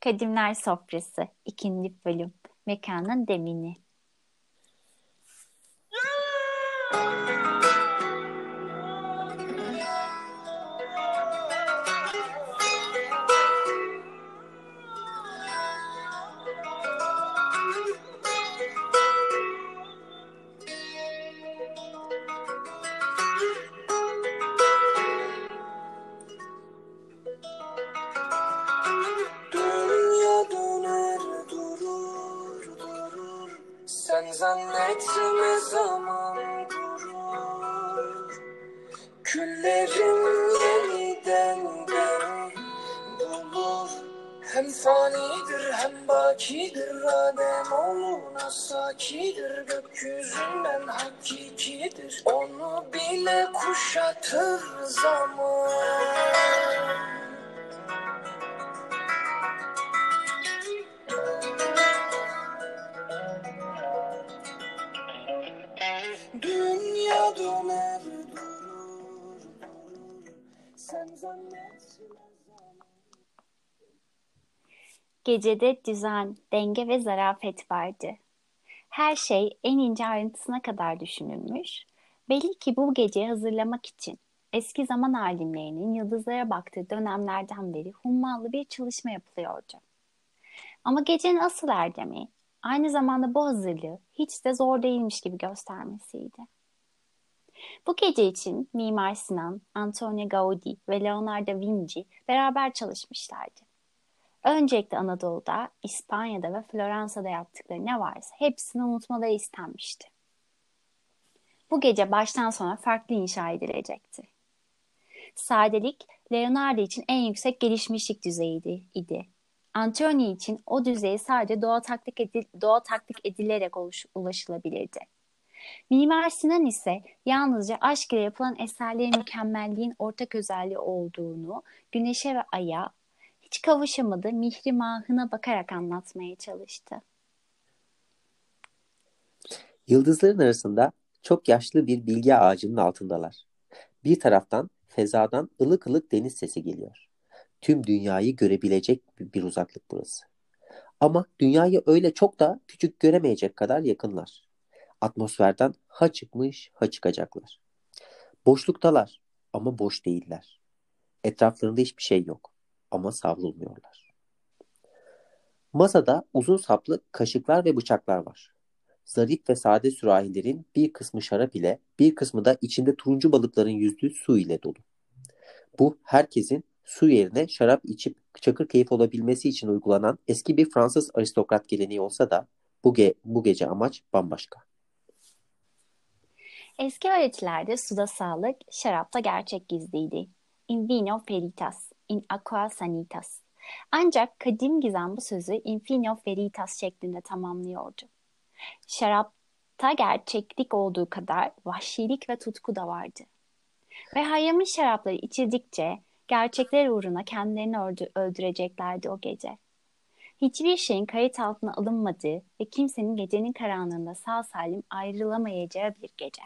Kadimler Sofrası 2. Bölüm Mekanın Demini. Dünya döner durur, sen zannetme zaman durur. Küllerim yeniden beni bulur. Hem fanidir hem bakidir, Adem oğluna sakidir. Gökyüzünden hakikidir, onu bile kuşatır zaman. Dünya döner durur, sen zannetme. Gecede düzen, denge ve zarafet vardı. Her şey en ince ayrıntısına kadar düşünülmüş. Belli ki bu geceyi hazırlamak için eski zaman alimlerinin yıldızlara baktığı dönemlerden beri hummalı bir çalışma yapılıyordu. Ama gecenin asıl erdemi aynı zamanda bu hazırlığı hiç de zor değilmiş gibi göstermesiydi. Bu gece için Mimar Sinan, Antonio Gaudi ve Leonardo da Vinci beraber çalışmışlardı. Öncelikle Anadolu'da, İspanya'da ve Floransa'da yaptıkları ne varsa hepsini unutmaları istenmişti. Bu gece baştan sona farklı inşa edilecekti. Sadelik, Leonardo için en yüksek gelişmişlik düzeyiydi. Antonio için o düzeye sadece doğal taklit edilerek ulaşılabilirdi. Mimar Sinan ise yalnızca aşk ile yapılan eserlerin mükemmelliğin ortak özelliği olduğunu güneşe ve aya hiç kavuşamadığı mihri mahına bakarak anlatmaya çalıştı. Yıldızların arasında çok yaşlı bir bilge ağacının altındalar. Bir taraftan fezadan ılık ılık deniz sesi geliyor. Tüm dünyayı görebilecek bir uzaklık burası. Ama dünyayı öyle çok da küçük göremeyecek kadar yakınlar. Atmosferden ha çıkmış ha çıkacaklar. Boşluktalar ama boş değiller. Etraflarında hiçbir şey yok ama savrulmuyorlar. Masada uzun saplı kaşıklar ve bıçaklar var. Zarif ve sade sürahilerin bir kısmı şarap ile, bir kısmı da içinde turuncu balıkların yüzdüğü su ile dolu. Bu herkesin su yerine şarap içip çakır keyif olabilmesi için uygulanan eski bir Fransız aristokrat geleneği olsa da bu gece amaç bambaşka. Eski öğretilerde suda sağlık, şarapta gerçek gizliydi. In vino veritas, in aqua sanitas. Ancak kadim gizem bu sözü in vino veritas şeklinde tamamlıyordu. Şarapta gerçeklik olduğu kadar vahşilik ve tutku da vardı. Ve hayamın şarapları içildikçe gerçekler uğruna kendilerini öldüreceklerdi o gece. Hiçbir şeyin kayıt altına alınmadığı ve kimsenin gecenin karanlığında sağ salim ayrılamayacağı bir gece.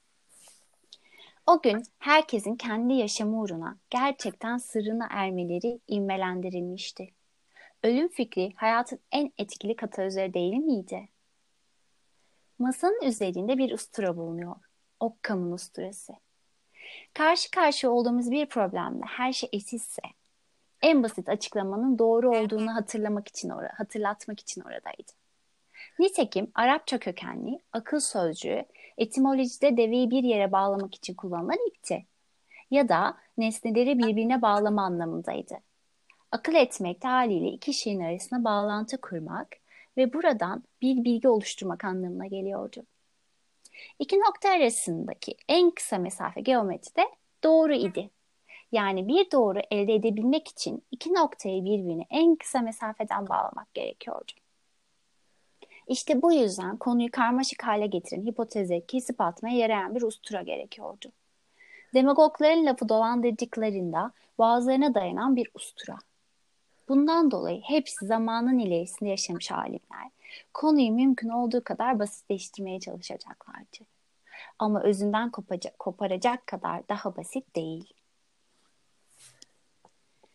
O gün herkesin kendi yaşamı uğruna gerçekten sırrına ermeleri ivmelendirilmişti. Ölüm fikri hayatın en etkili katalizörü değil miydi? Masanın üzerinde bir ustura bulunuyor. Occam'ın usturası. Karşı karşıya olduğumuz bir problemde her şey eşitse, en basit açıklamanın doğru olduğunu hatırlatmak için oradaydı. Nitekim Arapça kökenli akıl sözcüğü etimolojide deveyi bir yere bağlamak için kullanılan ipti. Ya da nesneleri birbirine bağlama anlamındaydı. Akıl etmek de haliyle iki şeyin arasında bağlantı kurmak ve buradan bir bilgi oluşturmak anlamına geliyordu. İki nokta arasındaki en kısa mesafe geometride doğru idi. Yani bir doğru elde edebilmek için iki noktayı birbirine en kısa mesafeden bağlamak gerekiyordu. İşte bu yüzden konuyu karmaşık hale getiren hipoteze kesip atmaya yarayan bir ustura gerekiyordu. Demagogların lafı dolandırdıklarında boğazlarına dayanan bir ustura. Bundan dolayı hepsi zamanın ilerisinde yaşamış alimler konuyu mümkün olduğu kadar basitleştirmeye çalışacaklardı. Ama özünden koparacak kadar daha basit değil.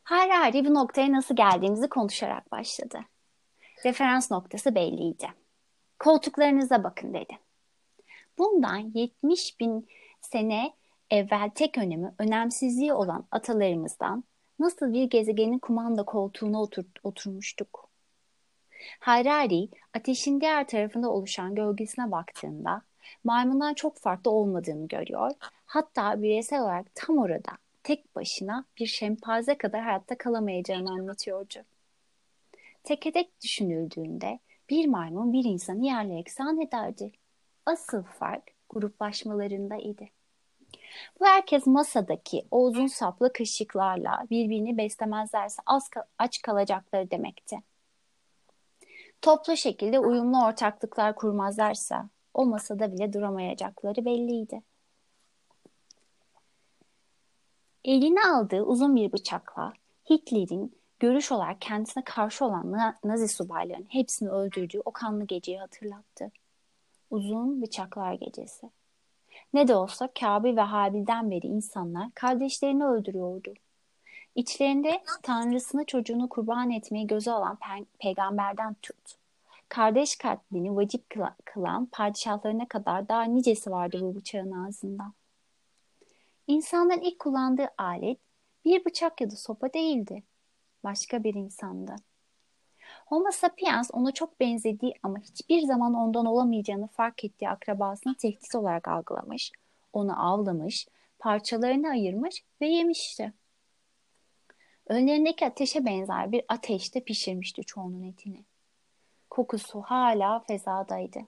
Harari bu noktaya nasıl geldiğimizi konuşarak başladı. Referans noktası belliydi. Koltuklarınıza bakın dedi. Bundan 70 bin sene evvel tek önemi, önemsizliği olan atalarımızdan nasıl bir gezegenin kumanda koltuğuna oturmuştuk. Harari, ateşin diğer tarafında oluşan gölgesine baktığında maymundan çok farklı olmadığını görüyor. Hatta bireysel olarak tam orada tek başına bir şempanze kadar hayatta kalamayacağını anlatıyordu. Teke tek düşünüldüğünde bir maymun bir insanı yerle eksan ederdi. Asıl fark gruplaşmalarındaydı. Bu herkes masadaki o uzun saplı kaşıklarla birbirini beslemezlerse aç kalacakları demekti. Toplu şekilde uyumlu ortaklıklar kurmazlarsa o masada bile duramayacakları belliydi. Eline aldığı uzun bir bıçakla Hitler'in görüş olarak kendisine karşı olan Nazi subaylarının hepsini öldürdüğü o kanlı geceyi hatırlattı. Uzun bıçaklar gecesi. Ne de olsa Kabil ve Habil'den beri insanlar kardeşlerini öldürüyordu. İçlerinde Tanrısını çocuğunu kurban etmeyi göze alan peygamberden tut. Kardeş katlini vacip kılan padişahlarına kadar daha nicesi vardı bu bıçağın ağzında. İnsanların ilk kullandığı alet bir bıçak ya da sopa değildi. Başka bir insandı. Homo sapiens ona çok benzediği ama hiçbir zaman ondan olamayacağını fark ettiği akrabasını tehdit olarak algılamış, onu avlamış, parçalarını ayırmış ve yemişti. Önlerindeki ateşe benzer bir ateşte pişirmişti çoğunun etini. Kokusu hala fezadaydı.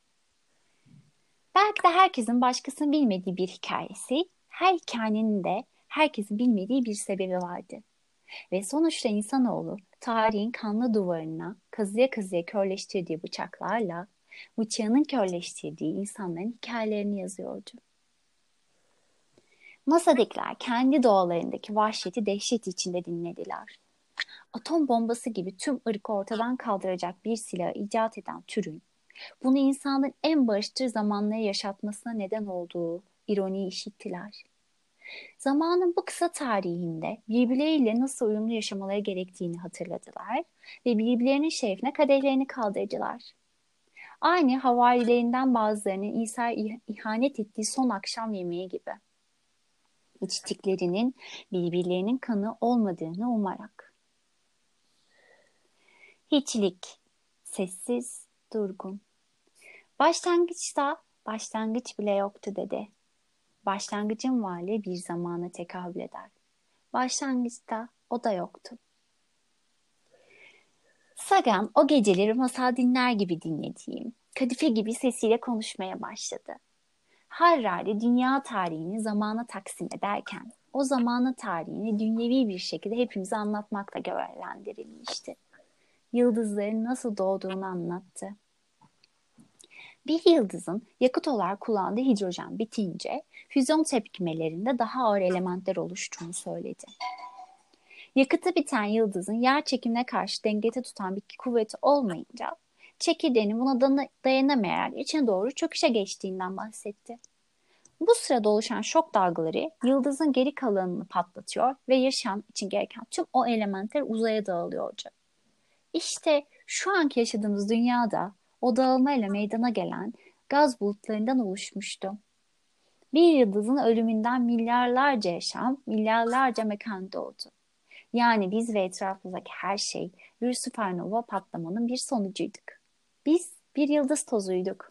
Belki de herkesin başkasının bilmediği bir hikayesi, her hikayenin de herkesin bilmediği bir sebebi vardı. Ve sonuçta insanoğlu tarihin kanlı duvarına kazıya kazıya körleştirdiği bıçaklarla bıçağının körleştirdiği insanların hikayelerini yazıyordu. Masadakiler kendi doğalarındaki vahşeti dehşet içinde dinlediler. Atom bombası gibi tüm ırkı ortadan kaldıracak bir silahı icat eden türün, bunu insanların en barışçıl zamanları yaşatmasına neden olduğu ironiyi işittiler. Zamanın bu kısa tarihinde birbirleriyle nasıl uyumlu yaşamaları gerektiğini hatırladılar ve birbirlerinin şerefine kadehlerini kaldırdılar. Aynı havarilerinden bazılarının İsa'ya ihanet ettiği son akşam yemeği gibi. İçtiklerinin birbirlerinin kanı olmadığını umarak. Hiçlik, sessiz, durgun. Başlangıçta başlangıç bile yoktu dedi. Başlangıcın varlığı bir zamana tekabül eder. Başlangıçta o da yoktu. Sagan o geceleri masal dinler gibi dinlediğim, kadife gibi sesiyle konuşmaya başladı. Harari dünya tarihini zamana taksim ederken, o zamanın tarihini dünyevi bir şekilde hepimize anlatmakla görevlendirilmişti. Yıldızların nasıl doğduğunu anlattı. Bir yıldızın yakıt olarak kullandığı hidrojen bitince füzyon tepkimelerinde daha ağır elementler oluştuğunu söyledi. Yakıtı biten yıldızın yer çekimine karşı dengede tutan bir kuvveti olmayınca çekirdeğinin buna dayanamayarak içine doğru çöküşe geçtiğinden bahsetti. Bu sırada oluşan şok dalgaları yıldızın geri kalanını patlatıyor ve yaşam için gereken tüm o elementler uzaya dağılıyordu. İşte şu anki yaşadığımız dünyada o dağılmayla meydana gelen gaz bulutlarından oluşmuştu. Bir yıldızın ölümünden milyarlarca yaşam, milyarlarca mekan doğdu. Yani biz ve etrafımızdaki her şey bir süpernova patlamanın bir sonucuyduk. Biz bir yıldız tozuyduk.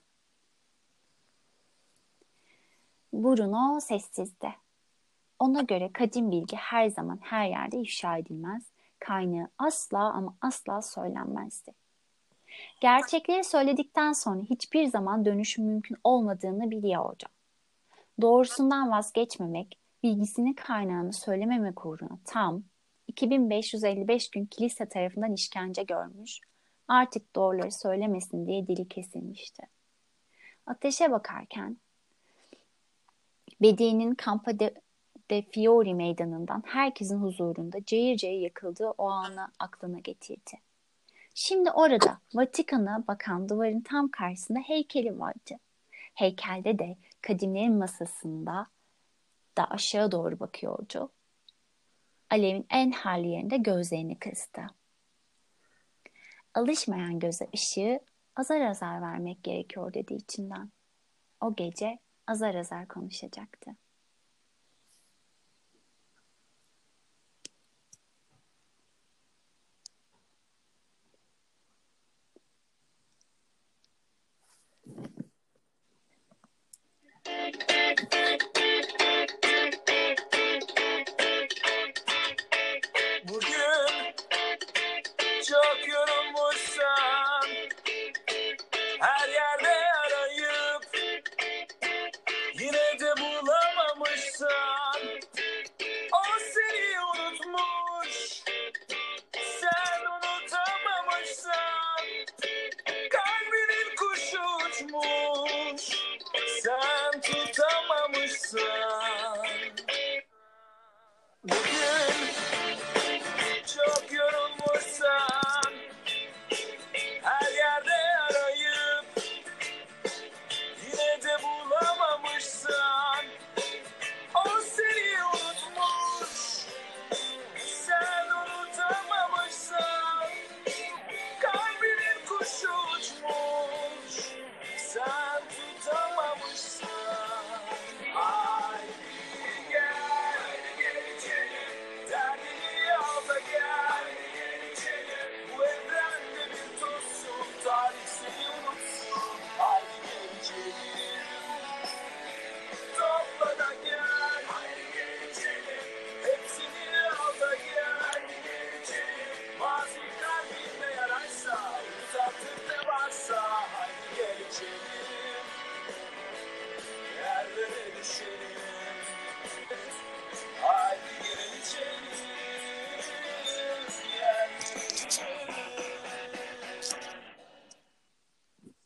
Bruno sessizdi. Ona göre kadim bilgi her zaman her yerde ifşa edilmez, kaynağı asla ama asla söylenmezdi. Gerçekleri söyledikten sonra hiçbir zaman dönüşüm mümkün olmadığını biliyordu. Doğrusundan vazgeçmemek, bilgisinin kaynağını söylememek uğruna tam 2555 gün kilise tarafından işkence görmüş, artık doğruları söylemesin diye dili kesilmişti. Ateşe bakarken Bedi'nin Campo de Fiori meydanından herkesin huzurunda cayır cayır yakıldığı o anı aklına getirdi. Şimdi orada Vatikan'a bakan duvarın tam karşısında heykeli vardı. Heykelde de kadimlerin masasında da aşağı doğru bakıyordu. Alev'in en harlı yerinde gözlerini kıstı. Alışmayan göze ışığı azar azar vermek gerekiyor dedi içinden. O gece azar azar konuşacaktı.